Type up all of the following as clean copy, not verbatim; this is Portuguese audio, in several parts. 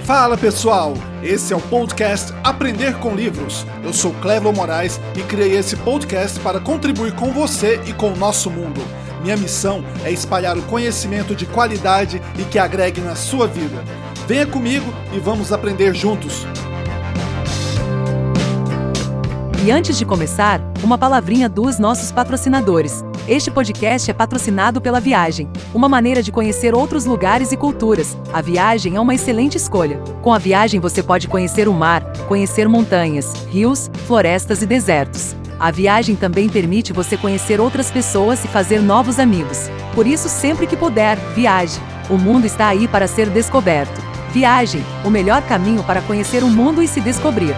Fala pessoal, esse é o podcast Aprender com Livros. Eu sou Clévio Moraes e criei esse podcast para contribuir com você e com o nosso mundo. Minha missão é espalhar o conhecimento de qualidade e que agregue na sua vida. Venha comigo e vamos aprender juntos. E antes de começar, uma palavrinha dos nossos patrocinadores. Este podcast é patrocinado pela Viagem, uma maneira de conhecer outros lugares e culturas. A Viagem é uma excelente escolha. Com a Viagem você pode conhecer o mar, conhecer montanhas, rios, florestas e desertos. A Viagem também permite você conhecer outras pessoas e fazer novos amigos. Por isso, sempre que puder, viaje. O mundo está aí para ser descoberto. Viagem, o melhor caminho para conhecer o mundo e se descobrir.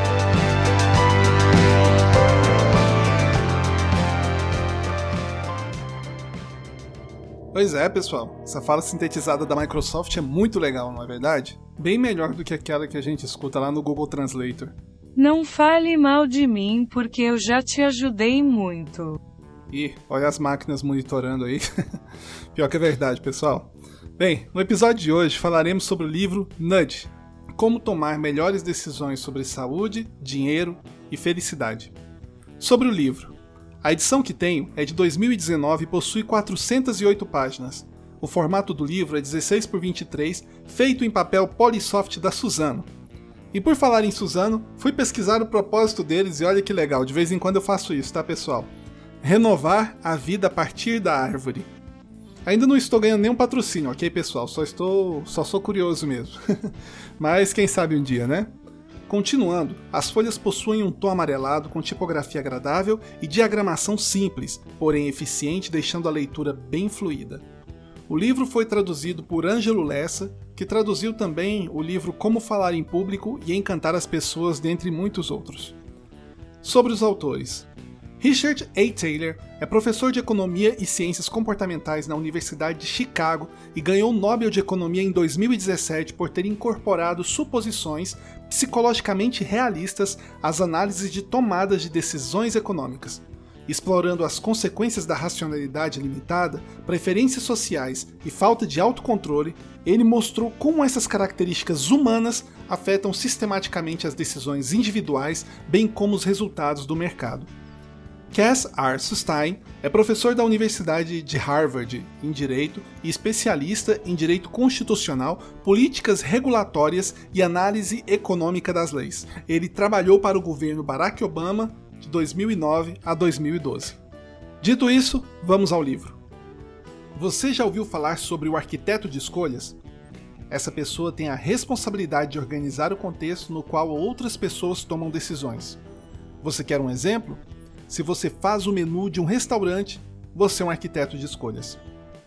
Pois é, pessoal, essa fala sintetizada da Microsoft é muito legal, não é verdade? Bem melhor do que aquela que a gente escuta lá no Google Translator. Não fale mal de mim, porque eu já te ajudei muito. Ih, olha as máquinas monitorando aí. Pior que é verdade, pessoal. Bem, no episódio de hoje falaremos sobre o livro Nudge, Como Tomar Melhores Decisões sobre Saúde, Dinheiro e Felicidade. Sobre o livro. A edição que tenho é de 2019 e possui 408 páginas. O formato do livro é 16x23, feito em papel Polysoft da Suzano. E por falar em Suzano, fui pesquisar o propósito deles e olha que legal, de vez em quando eu faço isso, tá pessoal? Renovar a vida a partir da árvore. Ainda não estou ganhando nenhum patrocínio, ok pessoal? Só sou curioso mesmo. Mas quem sabe um dia, né? Continuando, as folhas possuem um tom amarelado com tipografia agradável e diagramação simples, porém eficiente, deixando a leitura bem fluida. O livro foi traduzido por Ângelo Lessa, que traduziu também o livro Como Falar em Público e Encantar as Pessoas, dentre muitos outros. Sobre os autores. Richard A. Thaler é professor de Economia e Ciências Comportamentais na Universidade de Chicago e ganhou o Nobel de Economia em 2017 por ter incorporado suposições psicologicamente realistas às análises de tomadas de decisões econômicas. Explorando as consequências da racionalidade limitada, preferências sociais e falta de autocontrole, ele mostrou como essas características humanas afetam sistematicamente as decisões individuais, bem como os resultados do mercado. Cass R. Sunstein é professor da Universidade de Harvard em Direito e especialista em Direito Constitucional, Políticas Regulatórias e Análise Econômica das Leis. Ele trabalhou para o governo Barack Obama de 2009 a 2012. Dito isso, vamos ao livro. Você já ouviu falar sobre o arquiteto de escolhas? Essa pessoa tem a responsabilidade de organizar o contexto no qual outras pessoas tomam decisões. Você quer um exemplo? Se você faz o menu de um restaurante, você é um arquiteto de escolhas.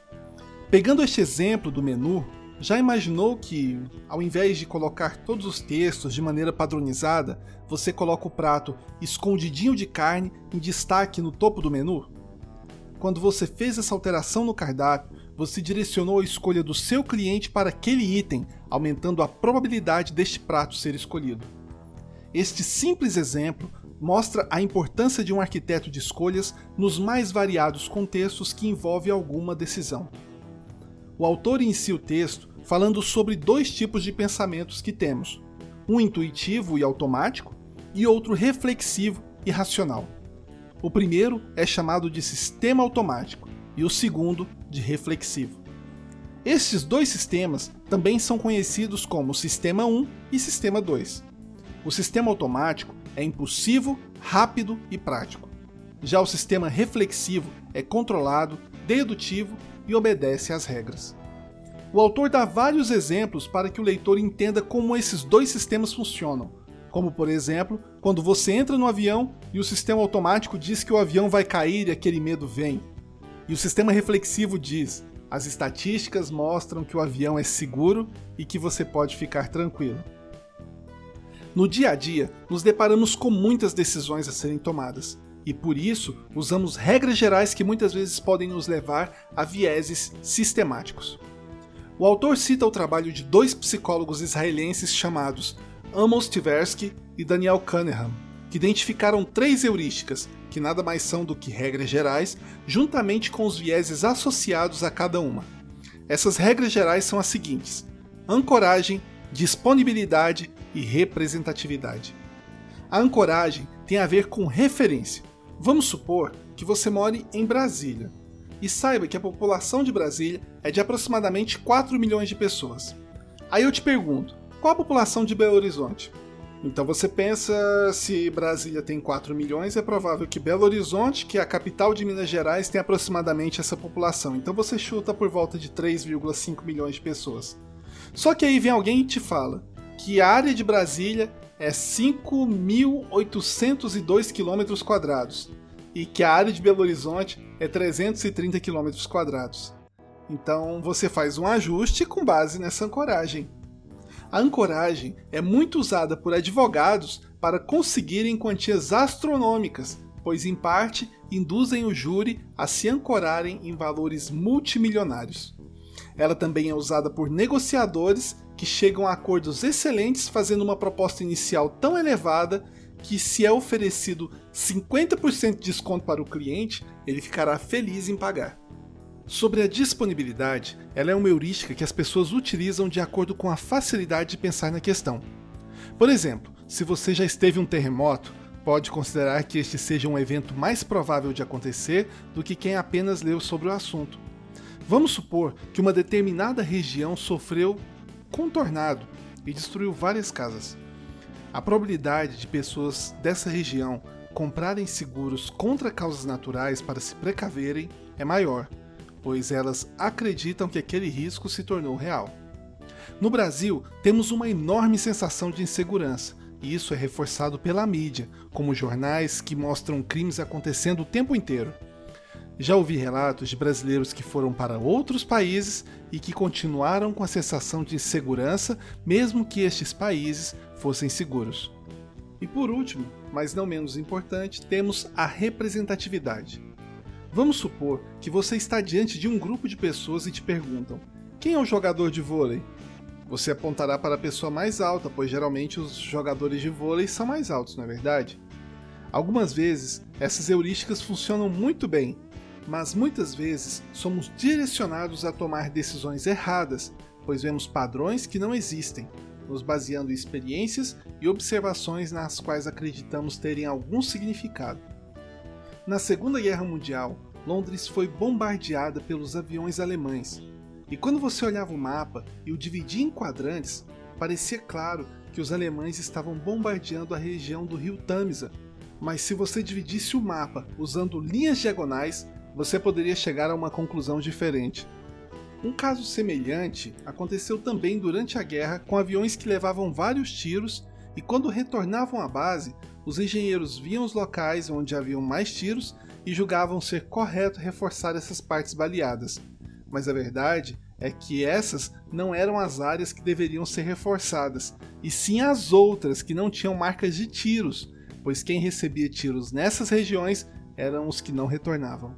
Pegando este exemplo do menu, já imaginou que, ao invés de colocar todos os textos de maneira padronizada, você coloca o prato escondidinho de carne em destaque no topo do menu? Quando você fez essa alteração no cardápio, você direcionou a escolha do seu cliente para aquele item, aumentando a probabilidade deste prato ser escolhido. Este simples exemplo mostra a importância de um arquiteto de escolhas nos mais variados contextos que envolvem alguma decisão. O autor inicia o texto falando sobre dois tipos de pensamentos que temos, um intuitivo e automático e outro reflexivo e racional. O primeiro é chamado de sistema automático e o segundo de reflexivo. Estes dois sistemas também são conhecidos como Sistema 1 e Sistema 2. O sistema automático é impulsivo, rápido e prático. Já o sistema reflexivo é controlado, dedutivo e obedece às regras. O autor dá vários exemplos para que o leitor entenda como esses dois sistemas funcionam, como por exemplo, quando você entra no avião e o sistema automático diz que o avião vai cair e aquele medo vem. E o sistema reflexivo diz: as estatísticas mostram que o avião é seguro e que você pode ficar tranquilo. No dia a dia, nos deparamos com muitas decisões a serem tomadas, e por isso usamos regras gerais que muitas vezes podem nos levar a vieses sistemáticos. O autor cita o trabalho de dois psicólogos israelenses chamados Amos Tversky e Daniel Kahneman, que identificaram 3 heurísticas, que nada mais são do que regras gerais, juntamente com os vieses associados a cada uma. Essas regras gerais são as seguintes: ancoragem, disponibilidade e representatividade. A ancoragem tem a ver com referência. Vamos supor que você more em Brasília e saiba que a população de Brasília é de aproximadamente 4 milhões de pessoas. Aí eu te pergunto, qual a população de Belo Horizonte? Então você pensa, se Brasília tem 4 milhões, é provável que Belo Horizonte, que é a capital de Minas Gerais, tenha aproximadamente essa população. Então você chuta por volta de 3,5 milhões de pessoas. Só que aí vem alguém e te fala que a área de Brasília é 5.802 km² e que a área de Belo Horizonte é 330 km². Então você faz um ajuste com base nessa ancoragem. A ancoragem é muito usada por advogados para conseguirem quantias astronômicas, pois em parte induzem o júri a se ancorarem em valores multimilionários. Ela também é usada por negociadores que chegam a acordos excelentes fazendo uma proposta inicial tão elevada que, se é oferecido 50% de desconto para o cliente, ele ficará feliz em pagar. Sobre a disponibilidade, ela é uma heurística que as pessoas utilizam de acordo com a facilidade de pensar na questão. Por exemplo, se você já esteve em um terremoto, pode considerar que este seja um evento mais provável de acontecer do que quem apenas leu sobre o assunto. Vamos supor que uma determinada região sofreu com um tornado e destruiu várias casas. A probabilidade de pessoas dessa região comprarem seguros contra causas naturais para se precaverem é maior, pois elas acreditam que aquele risco se tornou real. No Brasil, temos uma enorme sensação de insegurança, e isso é reforçado pela mídia, como jornais que mostram crimes acontecendo o tempo inteiro. Já ouvi relatos de brasileiros que foram para outros países e que continuaram com a sensação de insegurança, mesmo que estes países fossem seguros. E por último, mas não menos importante, temos a representatividade. Vamos supor que você está diante de um grupo de pessoas e te perguntam: quem é o jogador de vôlei? Você apontará para a pessoa mais alta, pois geralmente os jogadores de vôlei são mais altos, não é verdade? Algumas vezes, essas heurísticas funcionam muito bem, mas muitas vezes somos direcionados a tomar decisões erradas, pois vemos padrões que não existem, nos baseando em experiências e observações nas quais acreditamos terem algum significado. Na Segunda Guerra Mundial, Londres foi bombardeada pelos aviões alemães, e quando você olhava o mapa e o dividia em quadrantes, parecia claro que os alemães estavam bombardeando a região do rio Tâmisa, mas se você dividisse o mapa usando linhas diagonais, você poderia chegar a uma conclusão diferente. Um caso semelhante aconteceu também durante a guerra com aviões que levavam vários tiros e quando retornavam à base, os engenheiros viam os locais onde haviam mais tiros e julgavam ser correto reforçar essas partes baleadas. Mas a verdade é que essas não eram as áreas que deveriam ser reforçadas, e sim as outras que não tinham marcas de tiros, pois quem recebia tiros nessas regiões eram os que não retornavam.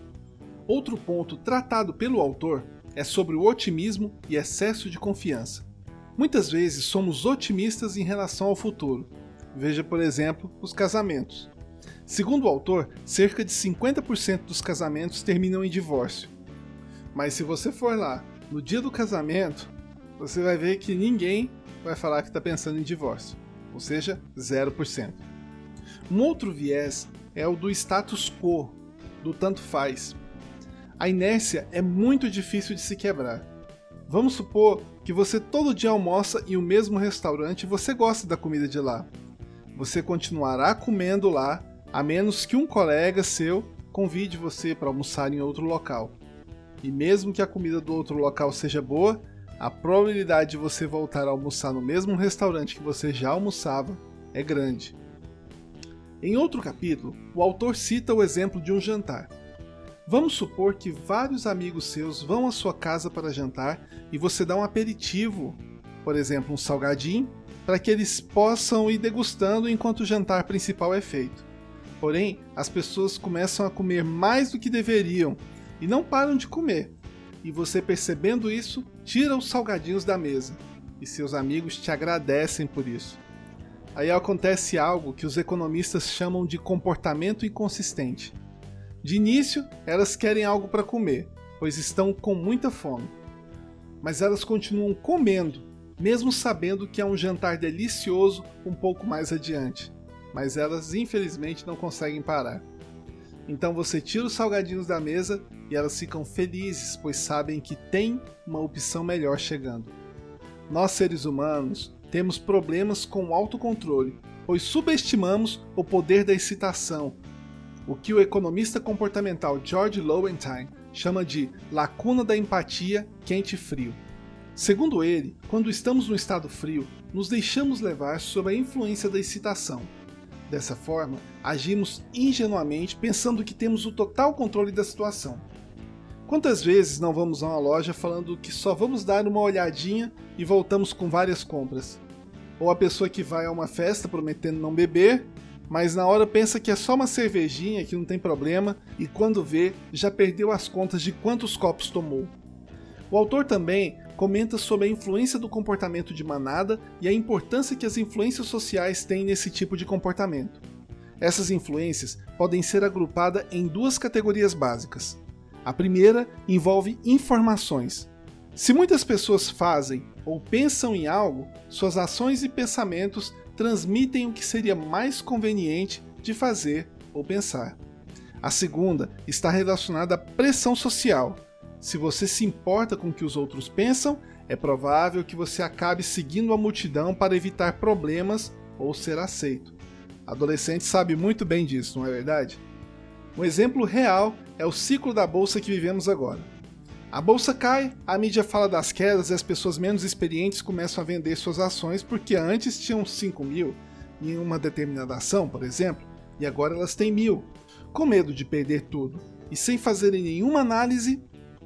Outro ponto tratado pelo autor é sobre o otimismo e excesso de confiança. Muitas vezes somos otimistas em relação ao futuro. Veja, por exemplo, os casamentos. Segundo o autor, cerca de 50% dos casamentos terminam em divórcio. Mas se você for lá no dia do casamento, você vai ver que ninguém vai falar que está pensando em divórcio, ou seja, 0%. Um outro viés é o do status quo, do tanto faz. A inércia é muito difícil de se quebrar. Vamos supor que você todo dia almoça em o mesmo restaurante e você gosta da comida de lá. Você continuará comendo lá, a menos que um colega seu convide você para almoçar em outro local. E mesmo que a comida do outro local seja boa, a probabilidade de você voltar a almoçar no mesmo restaurante que você já almoçava é grande. Em outro capítulo, o autor cita o exemplo de um jantar. Vamos supor que vários amigos seus vão à sua casa para jantar e você dá um aperitivo, por exemplo, um salgadinho, para que eles possam ir degustando enquanto o jantar principal é feito. Porém, as pessoas começam a comer mais do que deveriam e não param de comer. E você, percebendo isso, tira os salgadinhos da mesa. E seus amigos te agradecem por isso. Aí acontece algo que os economistas chamam de comportamento inconsistente. De início, elas querem algo para comer, pois estão com muita fome. Mas elas continuam comendo, mesmo sabendo que há um jantar delicioso um pouco mais adiante, mas elas infelizmente não conseguem parar. Então você tira os salgadinhos da mesa e elas ficam felizes, pois sabem que tem uma opção melhor chegando. Nós, seres humanos, temos problemas com o autocontrole, pois subestimamos o poder da excitação, o que o economista comportamental George Loewenthein chama de lacuna da empatia quente e frio. Segundo ele, quando estamos no estado frio, nos deixamos levar sob a influência da excitação. Dessa forma, agimos ingenuamente pensando que temos o total controle da situação. Quantas vezes não vamos a uma loja falando que só vamos dar uma olhadinha e voltamos com várias compras? Ou a pessoa que vai a uma festa prometendo não beber, mas na hora pensa que é só uma cervejinha, que não tem problema, e quando vê, já perdeu as contas de quantos copos tomou. O autor também comenta sobre a influência do comportamento de manada e a importância que as influências sociais têm nesse tipo de comportamento. Essas influências podem ser agrupadas em duas categorias básicas. A primeira envolve informações. Se muitas pessoas fazem ou pensam em algo, suas ações e pensamentos transmitem o que seria mais conveniente de fazer ou pensar. A segunda está relacionada à pressão social. Se você se importa com o que os outros pensam, é provável que você acabe seguindo a multidão para evitar problemas ou ser aceito. Adolescente sabe muito bem disso, não é verdade? Um exemplo real é o ciclo da bolsa que vivemos agora. A bolsa cai, a mídia fala das quedas e as pessoas menos experientes começam a vender suas ações porque antes tinham 5.000 em uma determinada ação, por exemplo, e agora elas têm 1.000. Com medo de perder tudo e sem fazerem nenhuma análise,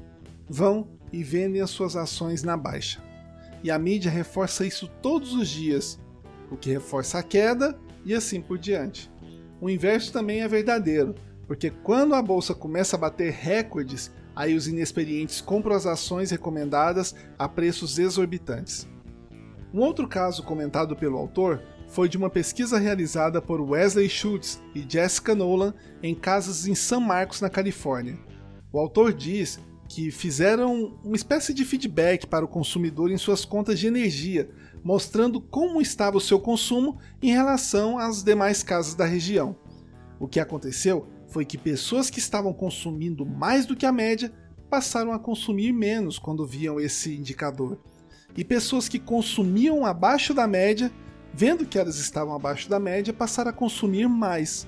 vão e vendem as suas ações na baixa. E a mídia reforça isso todos os dias, o que reforça a queda e assim por diante. O inverso também é verdadeiro, porque quando a bolsa começa a bater recordes, aí os inexperientes compram as ações recomendadas a preços exorbitantes. Um outro caso comentado pelo autor foi de uma pesquisa realizada por Wesley Schultz e Jessica Nolan em casas em San Marcos, na Califórnia. O autor diz que fizeram uma espécie de feedback para o consumidor em suas contas de energia, mostrando como estava o seu consumo em relação às demais casas da região. O que aconteceu foi que pessoas que estavam consumindo mais do que a média passaram a consumir menos quando viam esse indicador. E pessoas que consumiam abaixo da média, vendo que elas estavam abaixo da média, passaram a consumir mais.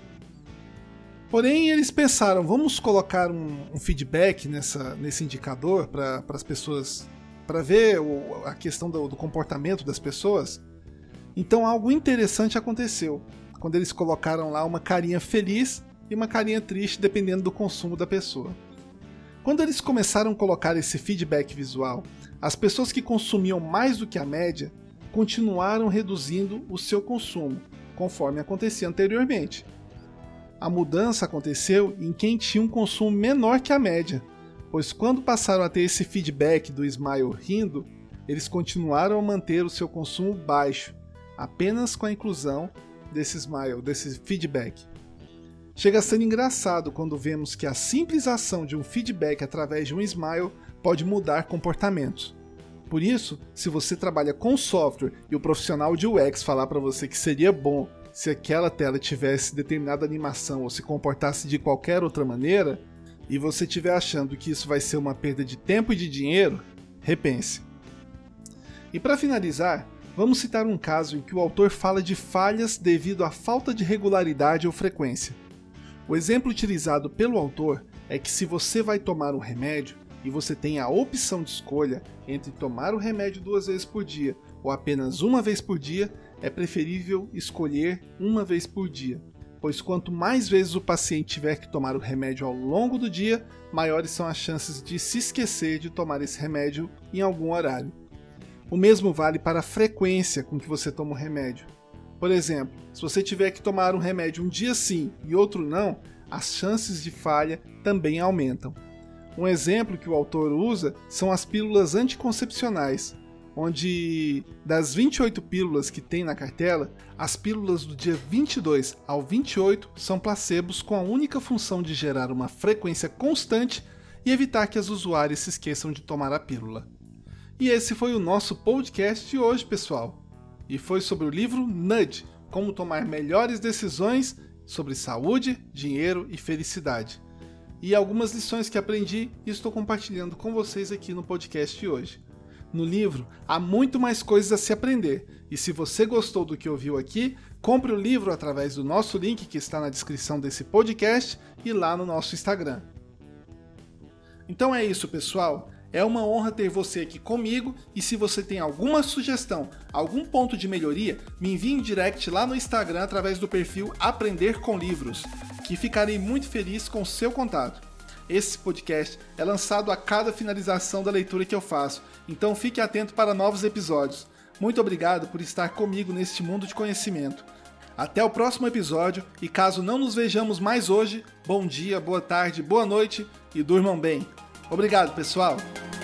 Porém, eles pensaram, vamos colocar um feedback nesse indicador para as pessoas, para ver a questão do comportamento das pessoas. Então algo interessante aconteceu, quando eles colocaram lá uma carinha feliz e uma carinha triste, dependendo do consumo da pessoa. Quando eles começaram a colocar esse feedback visual, as pessoas que consumiam mais do que a média continuaram reduzindo o seu consumo, conforme acontecia anteriormente. A mudança aconteceu em quem tinha um consumo menor que a média, pois quando passaram a ter esse feedback do Smile rindo, eles continuaram a manter o seu consumo baixo, apenas com a inclusão desse Smile, desse feedback. Chega a ser engraçado quando vemos que a simples ação de um feedback através de um Smile pode mudar comportamentos. Por isso, se você trabalha com software e o profissional de UX falar para você que seria bom se aquela tela tivesse determinada animação ou se comportasse de qualquer outra maneira, e você estiver achando que isso vai ser uma perda de tempo e de dinheiro, repense. E para finalizar, vamos citar um caso em que o autor fala de falhas devido à falta de regularidade ou frequência. O exemplo utilizado pelo autor é que se você vai tomar um remédio e você tem a opção de escolha entre tomar o remédio 2 vezes por dia ou apenas uma vez por dia, é preferível escolher uma vez por dia, pois quanto mais vezes o paciente tiver que tomar o remédio ao longo do dia, maiores são as chances de se esquecer de tomar esse remédio em algum horário. O mesmo vale para a frequência com que você toma o remédio. Por exemplo, se você tiver que tomar um remédio um dia sim e outro não, as chances de falha também aumentam. Um exemplo que o autor usa são as pílulas anticoncepcionais, onde das 28 pílulas que tem na cartela, as pílulas do dia 22 ao 28 são placebos com a única função de gerar uma frequência constante e evitar que as usuárias se esqueçam de tomar a pílula. E esse foi o nosso podcast de hoje, pessoal. E foi sobre o livro Nudge, Como Tomar Melhores Decisões sobre Saúde, Dinheiro e Felicidade. E algumas lições que aprendi e estou compartilhando com vocês aqui no podcast de hoje. No livro, há muito mais coisas a se aprender, e se você gostou do que ouviu aqui, compre o livro através do nosso link que está na descrição desse podcast e lá no nosso Instagram. Então é isso, pessoal. É uma honra ter você aqui comigo, e se você tem alguma sugestão, algum ponto de melhoria, me envie em direct lá no Instagram através do perfil Aprender com Livros, que ficarei muito feliz com o seu contato. Esse podcast é lançado a cada finalização da leitura que eu faço, então fique atento para novos episódios. Muito obrigado por estar comigo neste mundo de conhecimento. Até o próximo episódio, e caso não nos vejamos mais hoje, bom dia, boa tarde, boa noite e durmam bem. Obrigado, pessoal!